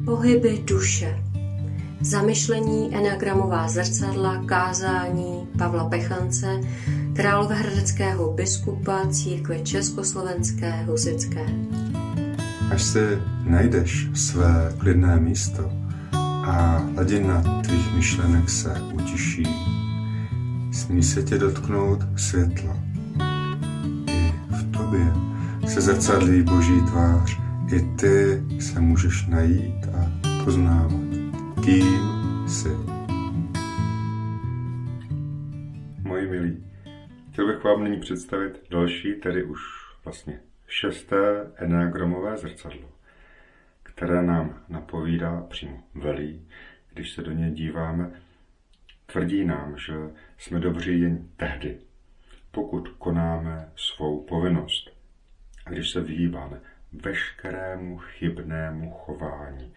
Pohyby duše. Zamyšlení enagramová zrcadla, kázání Pavla Pechlence, královéhradeckého biskupa církve československé husitské. Až si najdeš své klidné místo a hladina tvých myšlenek se utiší, smí se tě dotknout světla. I v tobě se zrcadlí Boží tvář, i ty se můžeš najít a poznávat, kým jsi. Moji milí, chtěl bych vám nyní představit další, tedy už vlastně 6. enneagramové zrcadlo, které nám napovídá, přímo velí, když se do něj díváme, tvrdí nám, že jsme dobří jen tehdy, pokud konáme svou povinnost a když se vyhýbáme veškerému chybnému chování.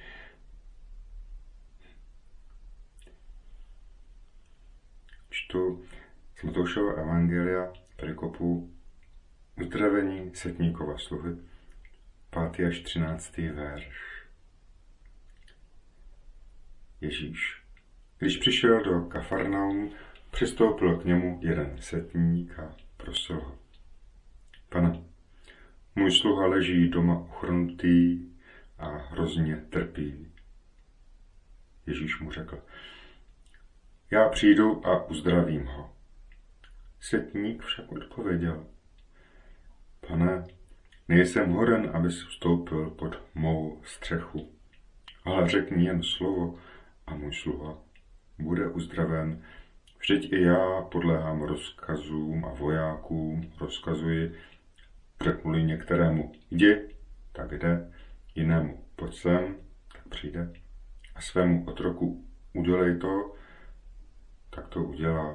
Čtu z Matoušova evangelia perikopu Uzdravení setníkova sluhy, 5. až 13. verš. Ježíš, když přišel do Kafarnaumu, přistoupil k němu jeden setník a prosil ho: Pane, můj sluha leží doma ochrnutý a hrozně trpí. Ježíš mu řekl: Já přijdu a uzdravím ho. Setník však odpověděl: Pane, nejsem hoden, abys vstoupil pod mou střechu, ale řekni jen slovo a můj sluha bude uzdraven. Vždyť i já podléhám rozkazům a vojákům rozkazuji, řeknu-li některému jdi, tak jde, jinému pojď sem, tak přijde, a svému otroku udělej to, tak to udělá.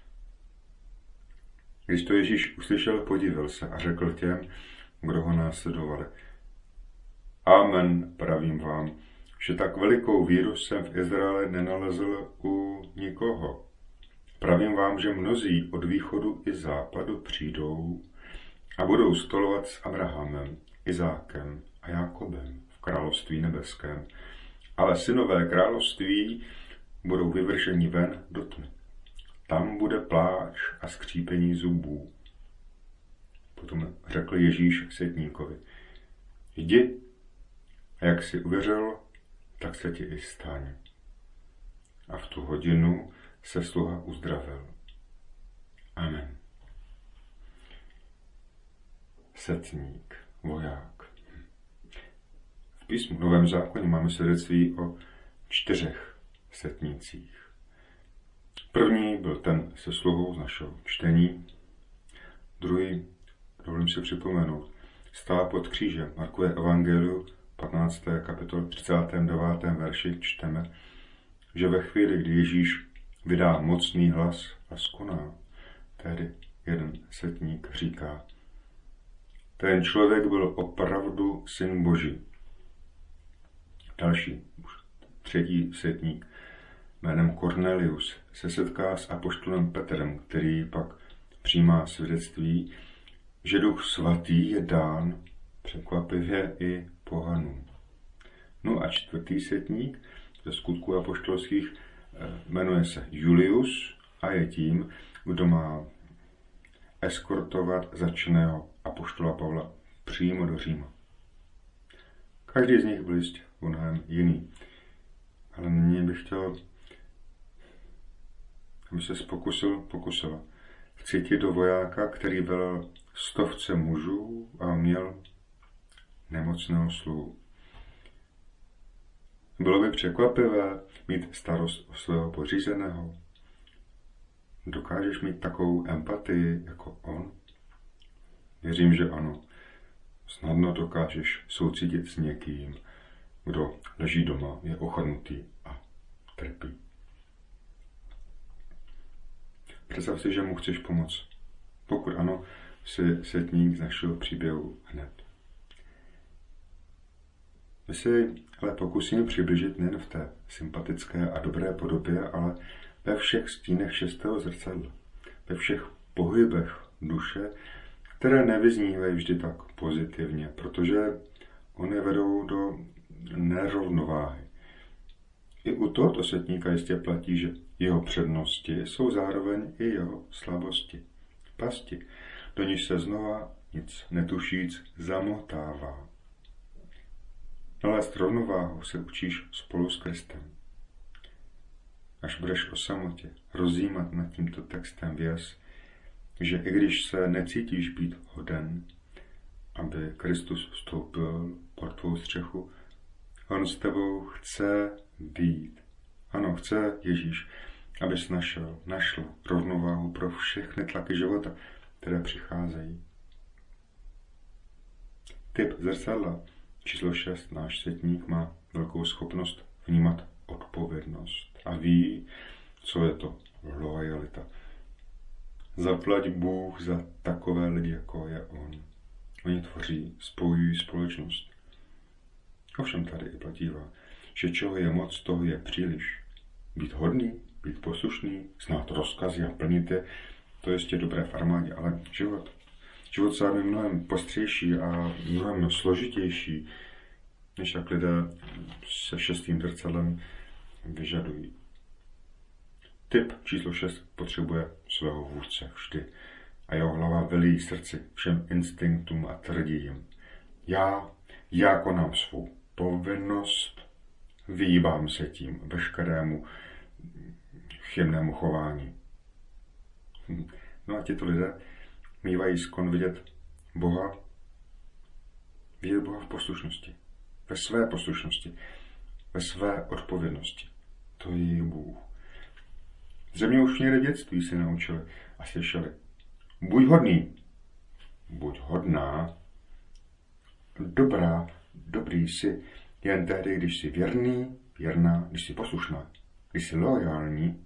Když to Ježíš uslyšel, podivil se a řekl těm, kdo ho následovali: Amen, pravím vám, že tak velikou víru jsem v Izraeli nenalezl u nikoho. Pravím vám, že mnozí od východu i západu přijdou a budou stolovat s Abrahamem, Izákem a Jákobem v království nebeském, ale synové království budou vyvrženi ven do tmy. Tam bude pláč a skřípení zubů. Potom řekl Ježíš setníkovi: Jdi, a jak jsi uvěřil, tak se ti i staň. A v tu hodinu se sluha uzdravil. Amen. Setník, voják. V písmu Novém zákoně máme svědectví o 4 setnících. První byl ten se sluhou z našeho čtení. Druhý, dovolím si připomenout, stál pod křížem. Markové evangeliu 15. kapitol 39. verši čteme, že ve chvíli, kdy Ježíš vydá mocný hlas a skoná, tedy jeden setník říká: Ten člověk byl opravdu syn Boží. Další, už 3. setník, jménem Cornelius, se setká s apoštolem Petrem, který pak přijímá svědectví, že Duch Svatý je dán překvapivě i pohanům. No a 4. setník ze Skutků apoštolských jmenuje se Julius a je tím, kdo má eskortovat zatčeného apoštola Pavla přímo do Říma. Každý z nich byl jistě mnohem jiný. Ale nyní bych chtěl, aby se pokusila vcítit do vojáka, který velel 100 mužů a měl nemocného sluhu. Bylo by překvapivé mít starost o svého podřízeného. Dokážeš mít takovou empatii jako on? Věřím, že ano. Snadno dokážeš soucítit s někým, kdo leží doma, je ochrnutý a trpí. Představ si, že mu chceš pomoct. Pokud ano, si setník z našeho příběhu hned. My si ale pokusíme přiblížit nejen v té sympatické a dobré podobě, ale ve všech stínech 6. zrcadla, ve všech pohybech duše, které nevyznívají vždy tak pozitivně, protože oni vedou do nerovnováhy. I u tohoto setníka jistě platí, že jeho přednosti jsou zároveň i jeho slabosti. Pasti, do níž se znova nic netušíc zamotává. Nalézt rovnováhu se učíš spolu s Kristem. Až budeš o samotě rozjímat nad tímto textem, věz, že i když se necítíš být hoden, aby Kristus vstoupil pod tvou střechu, on s tebou chce být. Ano, chce Ježíš, abys našel rovnováhu pro všechny tlaky života, které přicházejí. Typ zrcadla číslo 6, náš setník, má velkou schopnost vnímat odpovědnost a ví, co je to loajalita. Zaplať Bůh za takové lidi, jako je on. Oni tvoří, spojují společnost. Ovšem tady i platívá, že čeho je moc, toho je příliš. Být hodný, být poslušný, znát rozkazy a plnit je, to je jistě dobré v armádě, ale život sám je mnohem postřejší a mnohem složitější, než jak lidé se 6. zrcadlem vyžadují. Typ číslo 6 potřebuje svého vůdce vždy a jeho hlava velí srdci, všem instinktům a tvrdí jim. Já konám svou povinnost, vyhýbám se tím veškerému chybnému chování. No a tito lidé mívají skon vidět Boha v poslušnosti, ve své poslušnosti, ve své odpovědnosti. To je Bůh. Zřejmě už někde v dětství se naučili a slyšeli. Buď hodný, buď hodná, dobrý jsi jen tehdy, když jsi věrný, věrná, když jsi poslušná, když jsi loajální.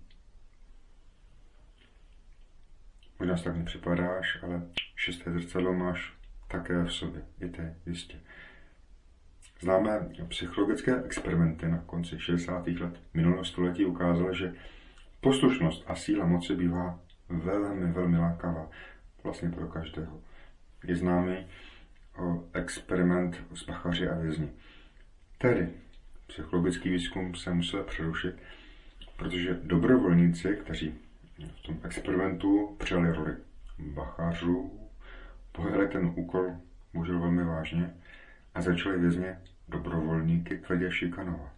Možná si tak nepřipadáš, ale 6. zrcadlo máš také v sobě, i ty jistě. Známé psychologické experimenty na konci 60. let minulého století ukázaly, že poslušnost a síla moci bývá velmi lákavá, vlastně pro každého. Je známý experiment s bachaři a vězni. Tedy psychologický výzkum se musel přerušit, protože dobrovolníci, kteří v tom experimentu přijali roli bachařů, pojali ten úkol bohužel velmi vážně a začali vězně dobrovolníky tvrdě šikanovat.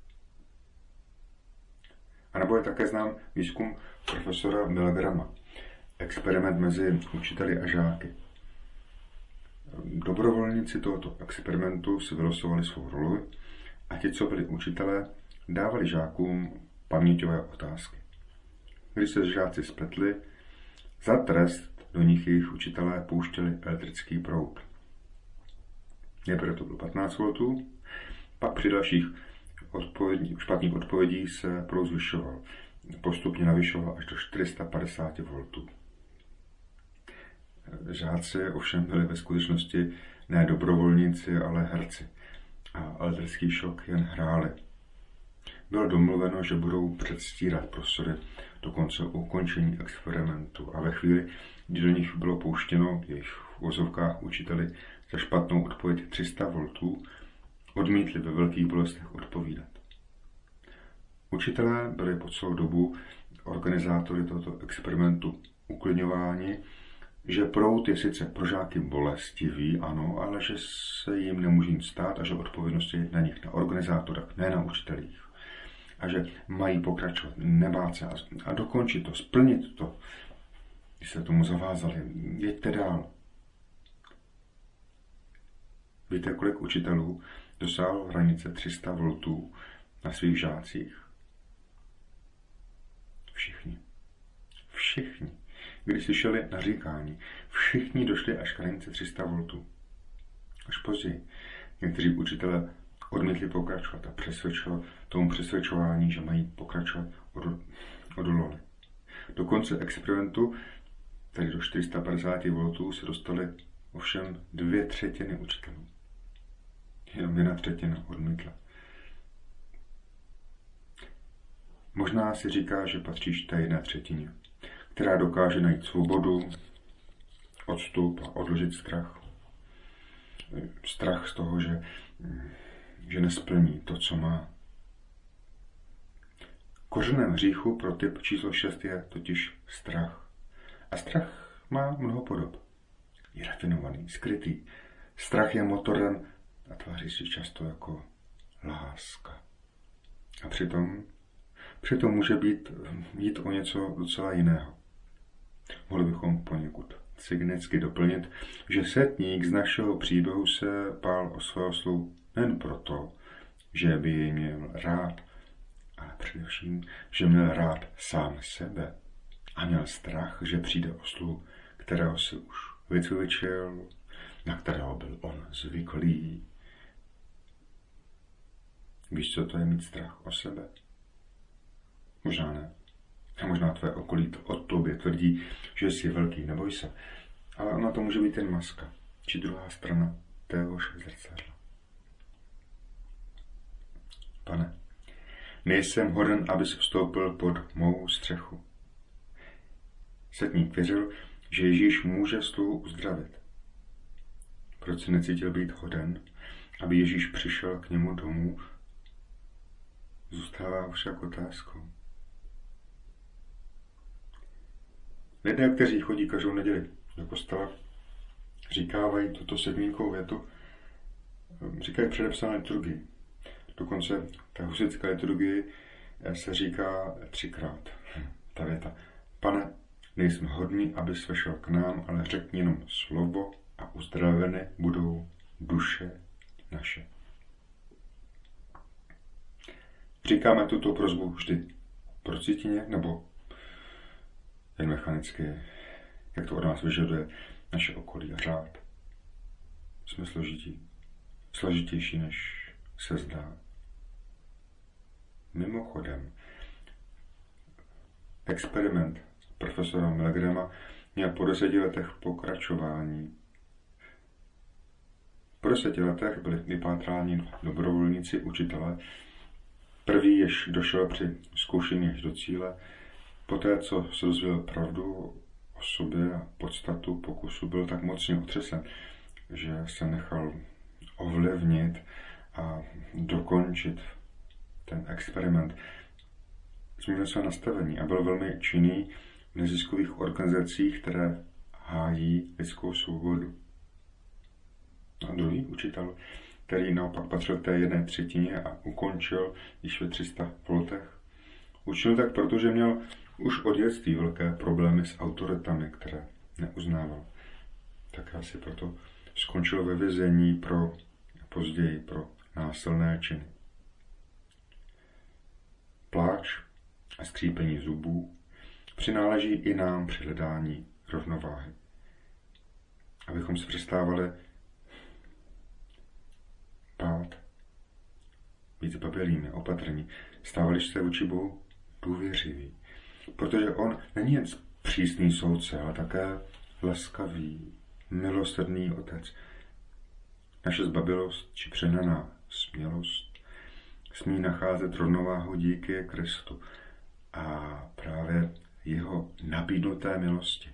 A nebo je také znám výzkum profesora Milgrama. Experiment mezi učiteli a žáky. Dobrovolníci tohoto experimentu si vylosovali svou roli a ti, co byli učitelé, dávali žákům paměťové otázky. Když se žáci spletli, za trest do nich jejich učitelé pouštěli elektrický proud. Nejprve to bylo 15 V, pak při dalších špatných odpovědí se proud zvyšoval. Postupně navyšoval až do 450 V. Žáci ovšem byli ve skutečnosti ne dobrovolníci, ale herci a elektrický šok jen hráli. Bylo domluveno, že budou předstírat profesory do konce ukončení experimentu a ve chvíli, kdy do nich bylo pouštěno jejich v uvozovkách učiteli za špatnou odpověď 300 V, odmítli ve velkých bolestech odpovídat. Učitelé byli po celou dobu organizátory tohoto experimentu uklidňováni, že proud je sice pro žáky bolestivý, ano, ale že se jim nemůže nic stát a že odpovědnost je na nich, na organizátorech, ne na učitelích. A že mají pokračovat, nebát se a dokončit to, splnit to, když se tomu zavázali. Jeďte dál. Víte, kolik učitelů dosáhlo hranice 300 V na svých žácích? Všichni. Když slyšeli naříkání, všichni došli až k hranici 300 V. Až později. Někteří učitelé odmítli pokračovat a tomu přesvědčování, že mají pokračovat, odolali. Do konce experimentu, tedy do 450 V, se dostali ovšem 2/3 učitelů. Jenom 1/3 odmítla. Možná si říká, že patříš té 1/3, která dokáže najít svobodu, odstup a odložit strach. Strach z toho, že nesplní to, co má. Kořenem hříchu pro typ číslo 6 je totiž strach. A strach má mnoho podob. Je rafinovaný, skrytý. Strach je motorem a tváří se často jako láska. A přitom může jít o něco docela jiného. Mohli bychom poněkud cynicky doplnit, že setník z našeho příběhu se bál o svého oslu nejen proto, že by jej měl rád, ale především, že měl rád sám sebe a měl strach, že přijde oslu, kterého si už vycvičil, na kterého byl on zvyklý. Víš, co to je mít strach o sebe? Možná ne. A možná tvé okolí o tobě tvrdí, že jsi velký, neboj se. Ale ona to může být jen maska, či druhá strana téhož zrcadla. Pane, nejsem hoden, abys vstoupil pod mou střechu. Setník věřil, že Ježíš může sluhu uzdravit. Proč si necítil být hoden, aby Ježíš přišel k němu domů, zůstává však otázkou. Lidé, kteří chodí každou neděli do kostela, říkávají tuto sedmínkovou větu, říkají předepsané liturgii. Dokonce ta husitská liturgii se říká 3krát. Ta věta. Pane, nejsme hodní, abys vešel k nám, ale řekni jenom slovo a uzdraveny budou duše naše. Říkáme tuto prosbu vždy procítěně nebo jen mechanicky, jak to od nás vyžaduje naše okolí a řád. Jsme složitější, než se zdá. Mimochodem, experiment profesora Milgrama měl po 10 letech pokračování. Po 10 letech byli vypátráni dobrovolníci, učitelé. Prvý, jež došel při zkoušení až do cíle, poté, co se dozvěděl pravdu o sobě a podstatu pokusu, byl tak mocně otřesen, že se nechal ovlivnit a dokončit ten experiment. Změnil své nastavení a byl velmi činný v neziskových organizacích, které hájí lidskou svobodu. A druhý učitel, který naopak patřil k té 1/3 a ukončil již ve 300 voltech, učil tak, protože měl už od dětství velké problémy s autoritami, které neuznával. Tak asi proto skončil ve vězení později pro násilné činy. Pláč a skřípení zubů přináleží i nám při hledání rovnováhy. Abychom se přestávali bát, být zbabělými, opatrní, stávali se vůči Bohu důvěřiví. Protože on není jen přísný soudce, ale také laskavý, milosrdný otec. Naše zbabělost či přehnaná smělost smí nacházet rovnováhu díky Kristu a právě jeho nabídnuté milosti.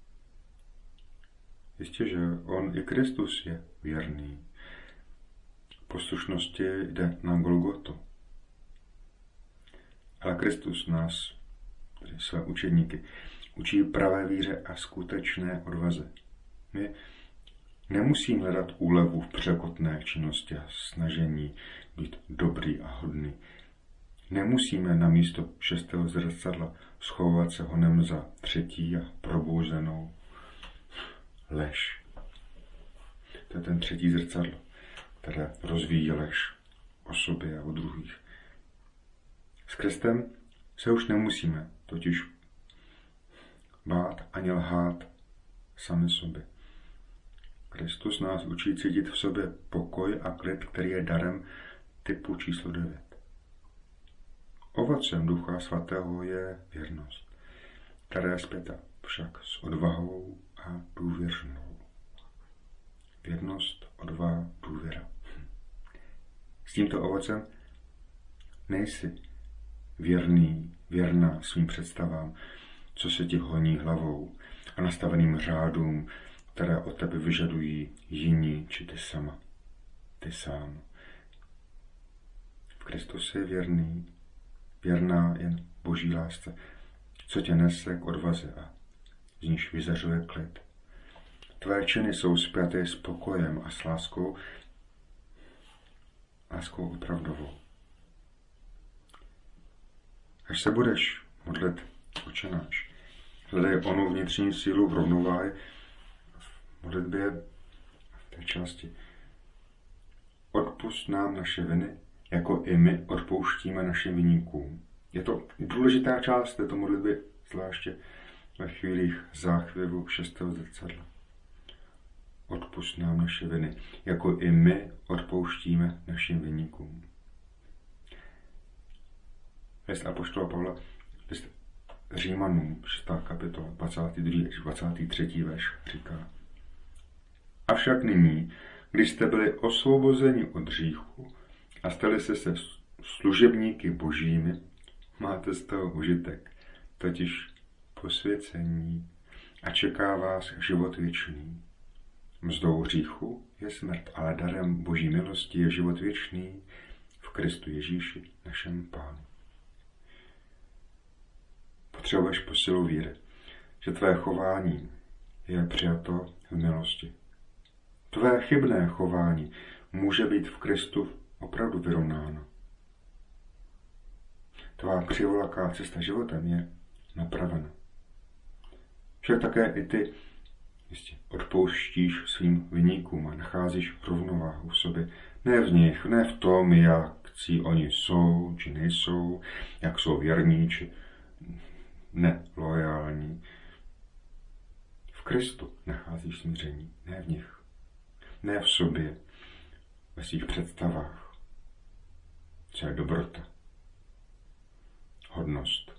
Jistě, že on i Kristus je věrný. Poslušnosti jde na Golgotu. Ale Kristus nás, tedy své učedníky, učí pravé víře a skutečné odvaze. My nemusíme hledat úlevu v překotné činnosti a snažení být dobrý a hodný. Nemusíme na místo 6. zrcadla schovat se honem za 3. a probouzenou lež. To je ten 3. zrcadlo, které rozvíjí lež o sobě a o druhých. S Kristem se už nemusíme totiž bát ani lhát sami sobě. Kristus nás učí cítit v sobě pokoj a klid, který je darem typu číslo 9. Ovocem Ducha Svatého je věrnost, která je zpěta však s odvahou a důvěrnou. Věrnost, odvaha, důvěra. S tímto ovocem nejsi věrná svým představám, co se ti honí hlavou a nastaveným řádům, které od tebe vyžadují jiní či ty sama. Ty sám. V Kristu jsi věrný věrná jen Boží lásce, co tě nese k odvaze a z níž vyzařuje klid. Tvé činy jsou spjaté s pokojem a s láskou opravdovou. Až se budeš modlit Otče náš, hledej onu vnitřní sílu v rovnováze v modlitbě v té části. Odpusť nám naše viny, jako i my odpouštíme našim viníkům. Je to důležitá část této modlitby, zvláště ve chvílích záchvěvu 6. zrcadla. Odpusť nám naše viny, jako i my odpouštíme našim viníkům. List apoštola Pavla, list Římanům, 6. kapitola, 22. až 23. verš říká: Avšak nyní, když jste byli osvobozeni od hříchu a stali se služebníky božími, máte z toho užitek, totiž posvěcení, a čeká vás život věčný. Mzdou hříchu je smrt, ale darem Boží milosti je život věčný v Kristu Ježíši, našem Pánu. Potřebuješ posilu víry, že tvé chování je přijato v milosti. Tvé chybné chování může být v Kristu opravdu vyrovnáno. Tvá křivolaká cesta životem je napravena. Však také i ty jistě odpouštíš svým viníkům a nacházíš rovnováhu v sobě. Ne v nich, ne v tom, jak oni jsou, či nejsou, jak jsou věrní, či nelojální. V Kristu nacházíš smíření, ne v nich. Ne v sobě, ve svých představách, co je dobrota, hodnost.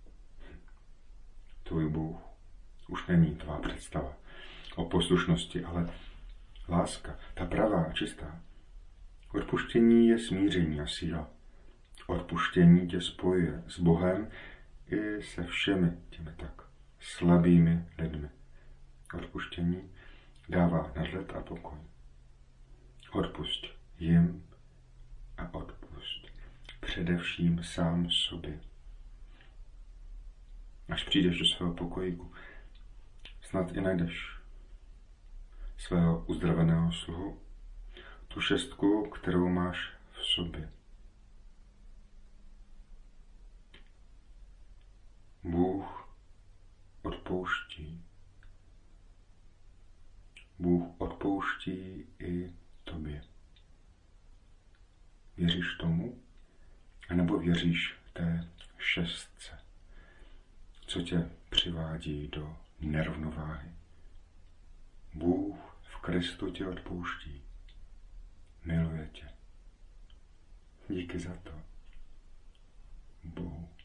Tvůj Bůh už není tvá představa o poslušnosti, ale láska, ta pravá a čistá. Odpuštění je smíření a síla. Odpuštění tě spojuje s Bohem i se všemi těmi tak slabými lidmi. Odpuštění dává nadhled a pokoj. Odpusť jim a odpusť především sám sobě. Až přijdeš do svého pokojíku, snad i najdeš svého uzdraveného sluhu, tu šestku, kterou máš v sobě. Bůh odpouští. Bůh odpouští i tobě. Věříš tomu? A nebo věříš té šestce, co tě přivádí do nerovnováhy? Bůh v Kristu tě odpouští. Miluje tě. Díky za to, Bohu.